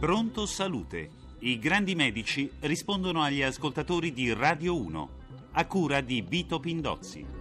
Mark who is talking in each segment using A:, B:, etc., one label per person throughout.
A: Pronto Salute. I grandi medici rispondono agli ascoltatori di Radio 1, a cura di Vito Pindozzi.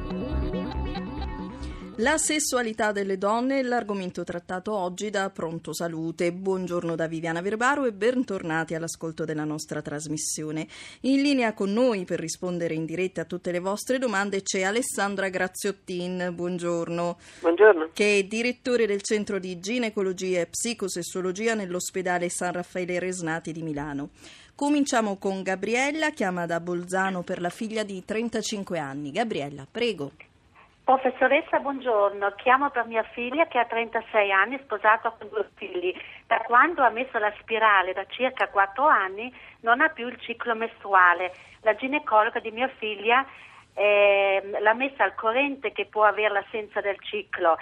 B: La sessualità delle donne è l'argomento trattato oggi da Pronto Salute. Buongiorno da Viviana Verbaro e bentornati all'ascolto della nostra trasmissione. In linea con noi per rispondere in diretta a tutte le vostre domande c'è Alessandra Graziottin. Buongiorno.
C: Buongiorno.
B: Che è direttore del Centro di Ginecologia e Psicosessuologia nell'ospedale San Raffaele Resnati di Milano. Cominciamo con Gabriella, chiama da Bolzano per la figlia di 35 anni. Gabriella, prego.
D: Professoressa, buongiorno. Chiamo per mia figlia che ha 36 anni, sposata con 2 figli. Da quando ha messo la spirale, da circa 4 anni, non ha più il ciclo mestruale. La ginecologa di mia figlia l'ha messa al corrente che può avere l'assenza del ciclo.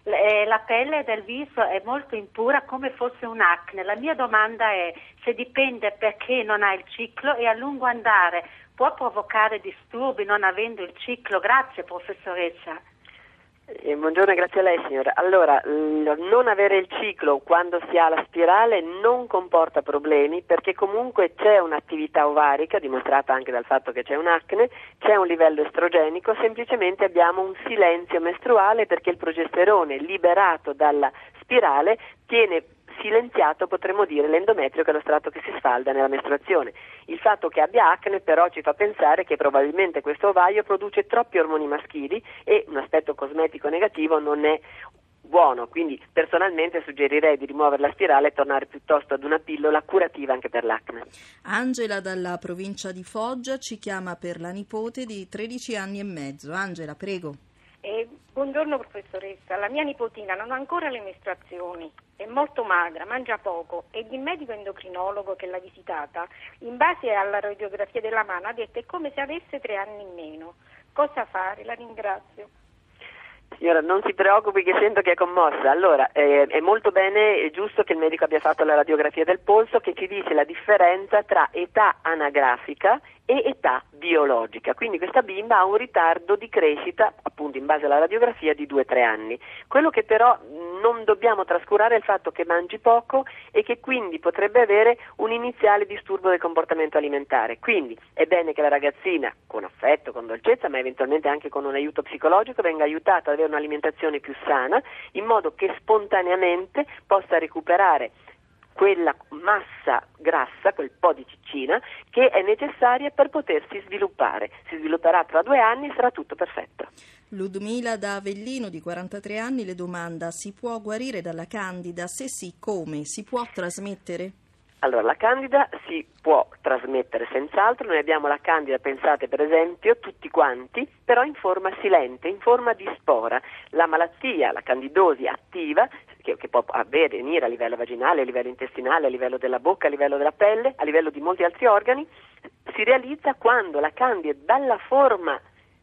D: La pelle del viso è molto impura, come fosse un'acne. La mia domanda è se dipende perché non ha il ciclo e a lungo andare può provocare disturbi non avendo il ciclo. Grazie, professoressa.
C: Buongiorno e grazie a lei, signora. Allora, non avere il ciclo quando si ha la spirale non comporta problemi, perché comunque c'è un'attività ovarica dimostrata anche dal fatto che c'è un'acne, c'è un livello estrogenico, semplicemente abbiamo un silenzio mestruale perché il progesterone liberato dalla spirale tiene silenziato, potremmo dire, l'endometrio, che è lo strato che si sfalda nella mestruazione. Il fatto che abbia acne però ci fa pensare che probabilmente questo ovaio produce troppi ormoni maschili e un aspetto cosmetico negativo non è buono, quindi personalmente suggerirei di rimuovere la spirale e tornare piuttosto ad una pillola curativa anche per l'acne.
B: Angela dalla provincia di Foggia ci chiama per la nipote di 13 anni e mezzo. Angela, prego.
E: Buongiorno professoressa, la mia nipotina non ha ancora le mestruazioni, è molto magra, mangia poco e il medico endocrinologo che l'ha visitata, in base alla radiografia della mano, ha detto è come se avesse 3 anni in meno. Cosa fare? La ringrazio.
C: Signora, non si preoccupi che sento che è commossa. Allora, è molto bene e giusto che il medico abbia fatto la radiografia del polso che ci dice la differenza tra età anagrafica e età biologica, quindi questa bimba ha un ritardo di crescita appunto in base alla radiografia di 2-3 anni. Quello che però non dobbiamo trascurare è il fatto che mangi poco e che quindi potrebbe avere un iniziale disturbo del comportamento alimentare, quindi è bene che la ragazzina con affetto, con dolcezza, ma eventualmente anche con un aiuto psicologico venga aiutata ad avere un'alimentazione più sana in modo che spontaneamente possa recuperare quella massa grassa, quel po' di ciccina che è necessaria per potersi sviluppare. Si svilupperà tra 2 anni e sarà tutto perfetto.
B: Ludmila da Avellino di 43 anni le domanda: si può guarire dalla candida? Se sì, come? Si può trasmettere?
C: Allora, la candida si può trasmettere senz'altro. Noi abbiamo la candida, pensate per esempio, tutti quanti, però in forma silente, in forma di spora. La malattia, la candidosi attiva, che può avvenire a livello vaginale, a livello intestinale, a livello della bocca, a livello della pelle, a livello di molti altri organi, si realizza quando la candida dalla forma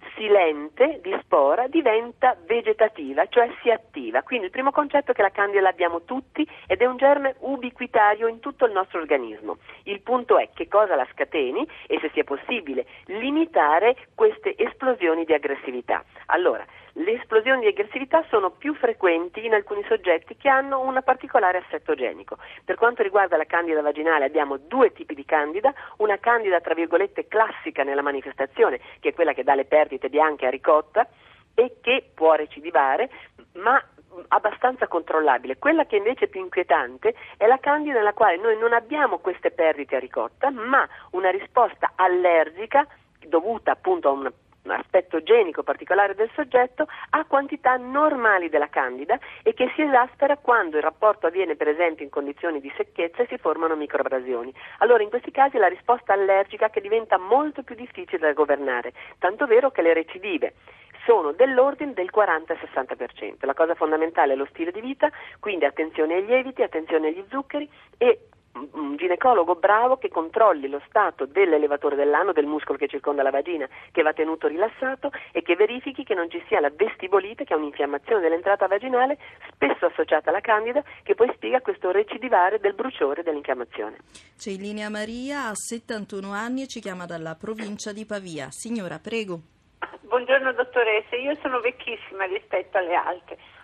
C: silente di spora diventa vegetativa, cioè si attiva. Quindi il primo concetto è che la candida l'abbiamo tutti ed è un germe ubiquitario in tutto il nostro organismo. Il punto è che cosa la scateni e se sia possibile limitare queste esplosioni di aggressività. Allora, le esplosioni di aggressività sono più frequenti in alcuni soggetti che hanno un particolare assetto genico. Per quanto riguarda la candida vaginale abbiamo 2 tipi di candida, una candida tra virgolette classica nella manifestazione, che è quella che dà le perdite bianche a ricotta e che può recidivare, ma abbastanza controllabile. Quella che invece è più inquietante è la candida nella quale noi non abbiamo queste perdite a ricotta, ma una risposta allergica dovuta appunto a un aspetto genico particolare del soggetto a quantità normali della candida e che si esaspera quando il rapporto avviene per esempio in condizioni di secchezza e si formano microabrasioni. Allora in questi casi la risposta allergica che diventa molto più difficile da governare, tanto vero che le recidive sono dell'ordine del 40-60%. La cosa fondamentale è lo stile di vita, quindi attenzione ai lieviti, attenzione agli zuccheri e un ginecologo bravo che controlli lo stato dell'elevatore dell'ano, del muscolo che circonda la vagina, che va tenuto rilassato e che verifichi che non ci sia la vestibolite, che è un'infiammazione dell'entrata vaginale spesso associata alla candida, che poi spiega questo recidivare del bruciore dell'infiammazione.
B: C'è in linea Maria, ha 71 anni e ci chiama dalla provincia di Pavia. Signora, prego.
F: Buongiorno dottoressa, io sono vecchissima rispetto alle altre.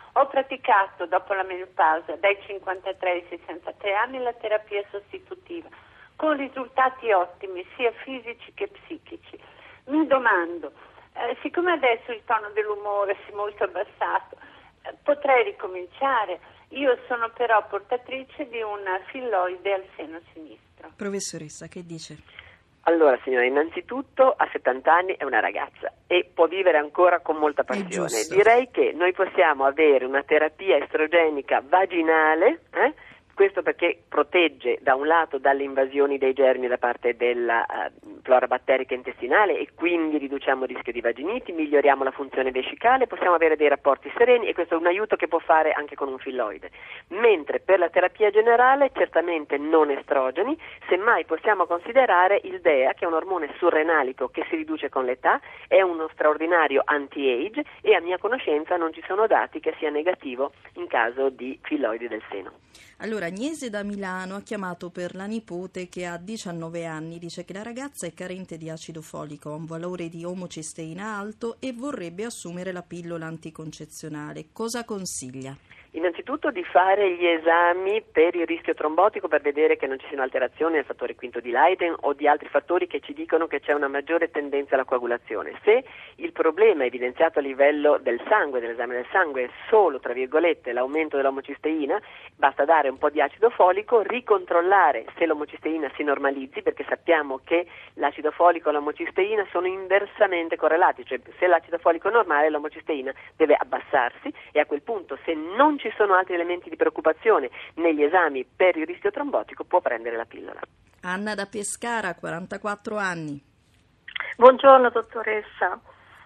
F: Ho praticato dopo la menopausa dai 53 ai 63 anni la terapia sostitutiva con risultati ottimi sia fisici che psichici. Mi domando, siccome adesso il tono dell'umore si è molto abbassato, potrei ricominciare. Io sono però portatrice di un filloide al seno sinistro.
B: Professoressa, che dice?
C: Allora signora, innanzitutto a 70 anni è una ragazza e può vivere ancora con molta passione. Direi che noi possiamo avere una terapia estrogenica vaginale, questo perché protegge da un lato dalle invasioni dei germi da parte della flora batterica intestinale e quindi riduciamo il rischio di vaginiti, miglioriamo la funzione vescicale, possiamo avere dei rapporti sereni e questo è un aiuto che può fare anche con un filloide. Mentre per la terapia generale certamente non estrogeni, semmai possiamo considerare il DEA, che è un ormone surrenalico che si riduce con l'età, è uno straordinario anti-age e a mia conoscenza non ci sono dati che sia negativo in caso di filloidi del seno.
B: Allora, Agnese da Milano ha chiamato per la nipote che ha 19 anni, dice che la ragazza è carente di acido folico, ha un valore di omocisteina alto e vorrebbe assumere la pillola anticoncezionale. Cosa consiglia?
C: Innanzitutto di fare gli esami per il rischio trombotico per vedere che non ci siano alterazioni nel fattore V di Leiden o di altri fattori che ci dicono che c'è una maggiore tendenza alla coagulazione. Se il problema è evidenziato a livello del sangue, dell'esame del sangue, è solo, tra virgolette, l'aumento dell'omocisteina, basta dare un po' di acido folico, ricontrollare se l'omocisteina si normalizzi, perché sappiamo che l'acido folico e l'omocisteina sono inversamente correlati, cioè se l'acido folico è normale l'omocisteina deve abbassarsi e a quel punto, se non ci sono altri elementi di preoccupazione negli esami per il rischio trombotico, può prendere la pillola.
B: Anna da Pescara, 44 anni.
G: Buongiorno dottoressa.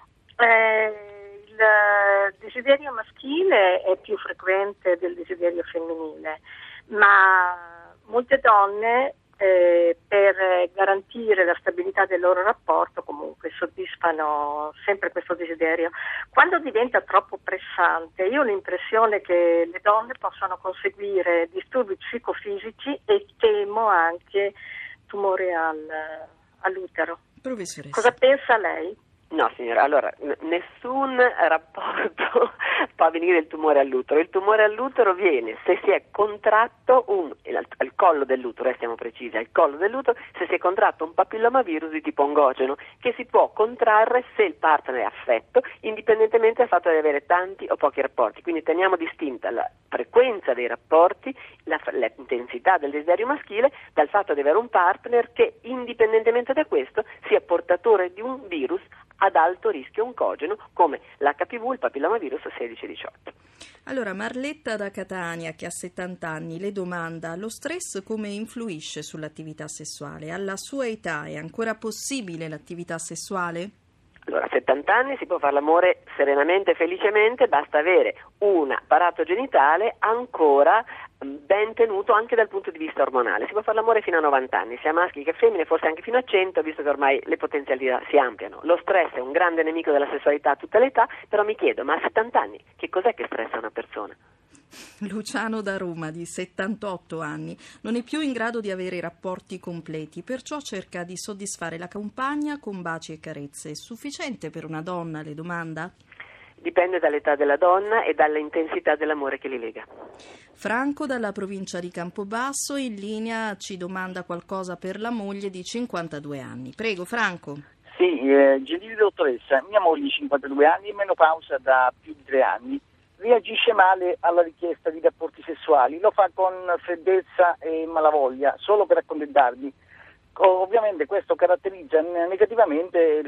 G: Il desiderio maschile è più frequente del desiderio femminile, ma molte donne per garantire la stabilità del loro rapporto comunque soddisfano sempre questo desiderio. Quando diventa troppo pressante, io ho l'impressione che le donne possano conseguire disturbi psicofisici e temo anche tumore all'utero.
B: Professoressa.
G: Cosa pensa lei?
C: No signora, allora nessun rapporto fa venire il tumore all'utero. Il tumore all'utero viene se si è contratto al collo dell'utero, stiamo precisi, al collo dell'utero, se si è contratto un papillomavirus di tipo ongogeno che si può contrarre se il partner è affetto, indipendentemente dal fatto di avere tanti o pochi rapporti. Quindi teniamo distinta la frequenza dei rapporti, l'intensità del desiderio maschile dal fatto di avere un partner che indipendentemente da questo sia portatore di un virus ad alto rischio oncogeno come l'HPV, il papillomavirus 16-18.
B: Allora, Marletta da Catania, che ha 70 anni, le domanda: lo stress come influisce sull'attività sessuale? Alla sua età è ancora possibile l'attività sessuale?
C: Allora, a 70 anni si può fare l'amore serenamente e felicemente, basta avere un apparato genitale ancora ben tenuto anche dal punto di vista ormonale. Si può fare l'amore fino a 90 anni, sia maschi che femmine, forse anche fino a 100, visto che ormai le potenzialità si ampliano. Lo stress è un grande nemico della sessualità a tutte le età, però mi chiedo, ma a 70 anni che cos'è che stressa una persona?
B: Luciano da Roma, di 78 anni, non è più in grado di avere rapporti completi, perciò cerca di soddisfare la compagna con baci e carezze. È sufficiente per una donna, le domanda?
C: Dipende dall'età della donna e dall'intensità dell'amore che li lega.
B: Franco dalla provincia di Campobasso in linea ci domanda qualcosa per la moglie di 52 anni. Prego Franco.
H: Sì, gentile dottoressa, mia moglie di 52 anni è menopausa da più di 3 anni. Reagisce male alla richiesta di rapporti sessuali, lo fa con freddezza e malavoglia, solo per accontentarmi. Ovviamente questo caratterizza negativamente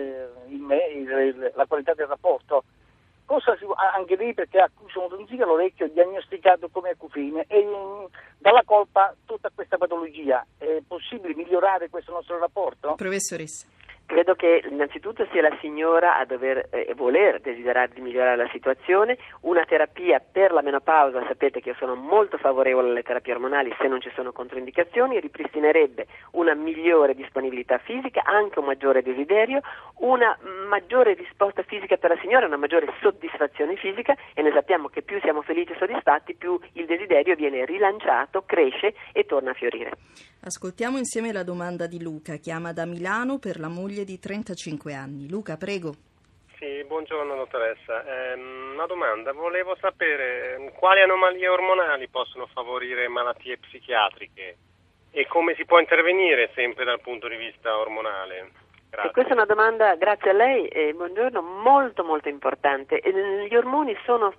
H: la qualità del rapporto. Anche lei perché ha accusa un ronzio all'orecchio diagnosticato come acufene e dalla colpa tutta questa patologia. È possibile migliorare questo nostro rapporto?
B: Professoressa.
C: Credo che innanzitutto sia la signora a dover voler desiderare di migliorare la situazione. Una terapia per la menopausa, sapete che io sono molto favorevole alle terapie ormonali se non ci sono controindicazioni, ripristinerebbe una migliore disponibilità fisica, anche un maggiore desiderio, una maggiore risposta fisica per la signora, una maggiore soddisfazione fisica e noi sappiamo che più siamo felici e soddisfatti, più il desiderio viene rilanciato, cresce e torna a fiorire.
B: Ascoltiamo insieme la domanda di Luca, chiama da Milano per la moglie di 35 anni. Luca, prego.
I: Sì, buongiorno dottoressa. Una domanda, volevo sapere quali anomalie ormonali possono favorire malattie psichiatriche e come si può intervenire sempre dal punto di vista ormonale. Grazie.
C: E questa è una domanda, grazie a lei, buongiorno, molto molto importante. Gli ormoni sono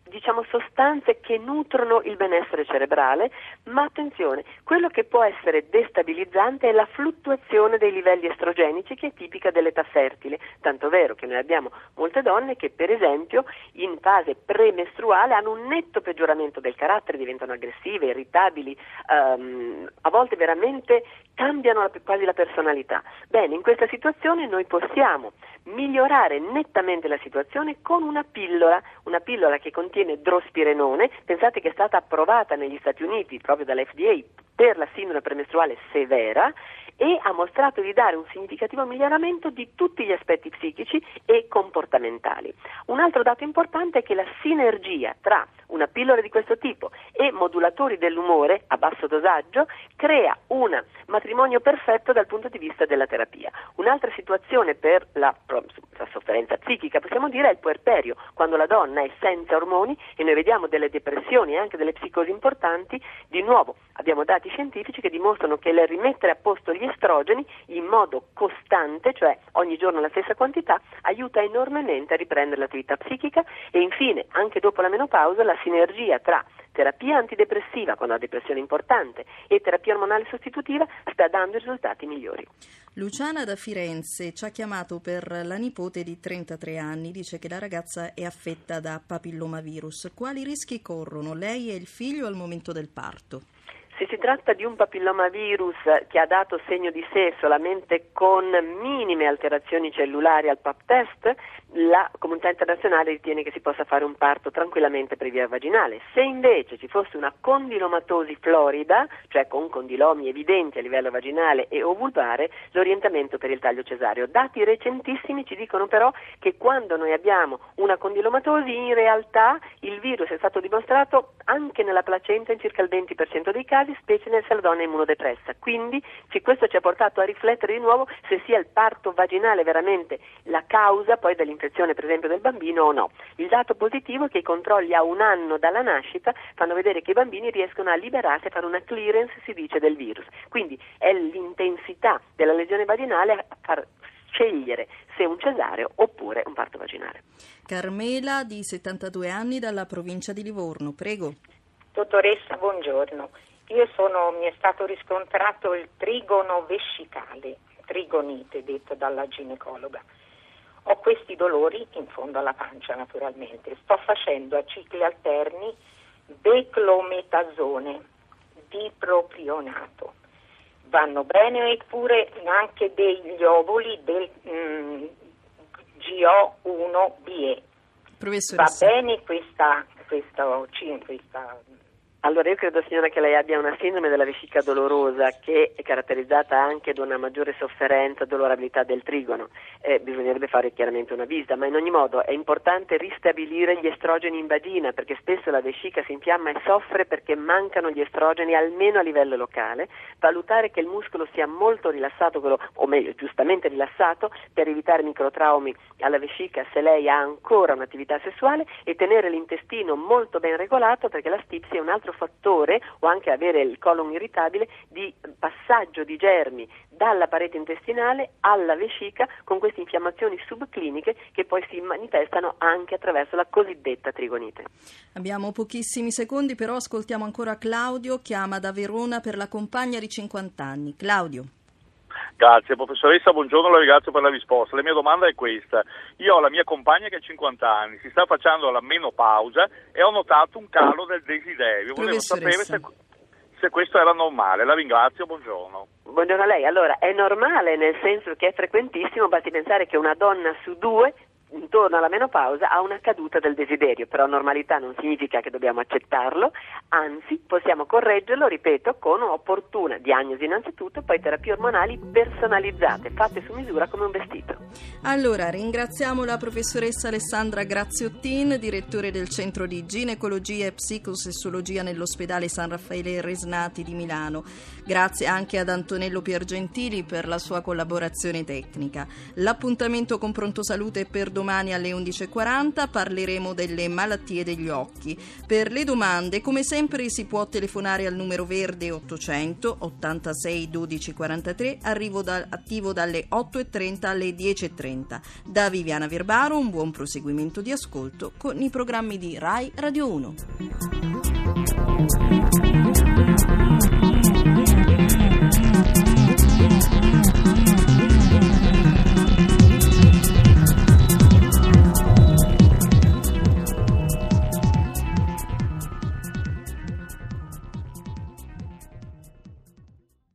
C: sostanze che nutrono il benessere cerebrale, ma attenzione, quello che può essere destabilizzante è la fluttuazione dei livelli estrogenici che è tipica dell'età fertile, tanto vero che noi abbiamo molte donne che per esempio in fase premestruale hanno un netto peggioramento del carattere, diventano aggressive, irritabili, a volte veramente cambiano quasi la personalità. Bene, in questa situazione noi possiamo migliorare nettamente la situazione con una pillola che contiene drospirenone. Pensate che è stata approvata negli Stati Uniti proprio dall'FDA per la sindrome premestruale severa e ha mostrato di dare un significativo miglioramento di tutti gli aspetti psichici e comportamentali. Un altro dato importante è che la sinergia tra una pillola di questo tipo e modulatori dell'umore a basso dosaggio crea un matrimonio perfetto dal punto di vista della terapia. Un'altra situazione per la sofferenza psichica, possiamo dire, è il puerperio, quando la donna è senza ormoni e noi vediamo delle depressioni e anche delle psicosi importanti. Di nuovo abbiamo dati scientifici che dimostrano che il rimettere a posto gli estrogeni in modo costante, cioè ogni giorno la stessa quantità, aiuta enormemente a riprendere l'attività psichica. E infine, anche dopo la menopausa, la sinergia tra terapia antidepressiva, quando la depressione è importante, e terapia ormonale sostitutiva sta dando risultati migliori.
B: Luciana da Firenze ci ha chiamato per la nipote di 33 anni, dice che la ragazza è affetta da papillomavirus. Quali rischi corrono lei e il figlio al momento del parto?
C: Se si tratta di un papillomavirus che ha dato segno di sé solamente con minime alterazioni cellulari al pap test, la comunità internazionale ritiene che si possa fare un parto tranquillamente per via vaginale. Se invece ci fosse una condilomatosi florida, cioè con condilomi evidenti a livello vaginale e o vulvare, l'orientamento per il taglio cesareo. Dati recentissimi ci dicono però che quando noi abbiamo una condilomatosi, in realtà il virus è stato dimostrato anche nella placenta in circa il 20% dei casi, specie se la donna è immunodepressa. Quindi questo ci ha portato a riflettere di nuovo se sia il parto vaginale veramente la causa poi dell'infezione per esempio del bambino o no. Il dato positivo è che i controlli a 1 anno dalla nascita fanno vedere che i bambini riescono a liberarsi, a fare una clearance, si dice, del virus. Quindi è l'intensità della lesione vaginale a far scegliere se un cesareo oppure un parto vaginale.
B: Carmela di 72 anni dalla provincia di Livorno, prego.
J: Dottoressa, buongiorno. Mi è stato riscontrato il trigono vescicale, trigonite detto dalla ginecologa. Ho questi dolori in fondo alla pancia naturalmente. Sto facendo a cicli alterni beclometasone, dipropionato. Vanno bene, eppure anche degli ovuli del GO1BE.
B: Professoressa.
J: Va bene questa.
C: Allora io credo, signora, che lei abbia una sindrome della vescica dolorosa che è caratterizzata anche da una maggiore sofferenza, dolorabilità del trigono. Bisognerebbe fare chiaramente una visita, ma in ogni modo è importante ristabilire gli estrogeni in vagina, perché spesso la vescica si infiamma e soffre perché mancano gli estrogeni almeno a livello locale. Valutare che il muscolo sia molto rilassato, o meglio giustamente rilassato, per evitare microtraumi alla vescica se lei ha ancora un'attività sessuale, e tenere l'intestino molto ben regolato, perché la stipsi è un altro fattore, o anche avere il colon irritabile, di passaggio di germi dalla parete intestinale alla vescica, con queste infiammazioni subcliniche che poi si manifestano anche attraverso la cosiddetta trigonite.
B: Abbiamo pochissimi secondi, però ascoltiamo ancora Claudio, chiama da Verona per la compagna di 50 anni. Claudio.
K: Grazie professoressa, buongiorno, la ringrazio per la risposta. La mia domanda è questa: io ho la mia compagna che ha 50 anni, si sta facendo la menopausa e ho notato un calo del desiderio. Volevo sapere se questo era normale. La ringrazio, buongiorno.
C: Buongiorno a lei. Allora, è normale nel senso che è frequentissimo, basti pensare che una donna su 2 intorno alla menopausa ha una caduta del desiderio, però normalità non significa che dobbiamo accettarlo, anzi possiamo correggerlo, ripeto, con un'opportuna diagnosi innanzitutto, poi terapie ormonali personalizzate, fatte su misura come un vestito.
B: Allora, ringraziamo la professoressa Alessandra Graziottin, direttore del Centro di Ginecologia e Psicosessologia nell'ospedale San Raffaele Resnati di Milano. Grazie anche ad Antonello Piergentili per la sua collaborazione tecnica. L'appuntamento con Pronto Salute è per domani alle 11.40 parleremo delle malattie degli occhi. Per le domande, come sempre, si può telefonare al numero verde 800 86 12 43, attivo dalle 8.30 alle 10.30. Da Viviana Verbaro un buon proseguimento di ascolto con i programmi di Rai Radio 1.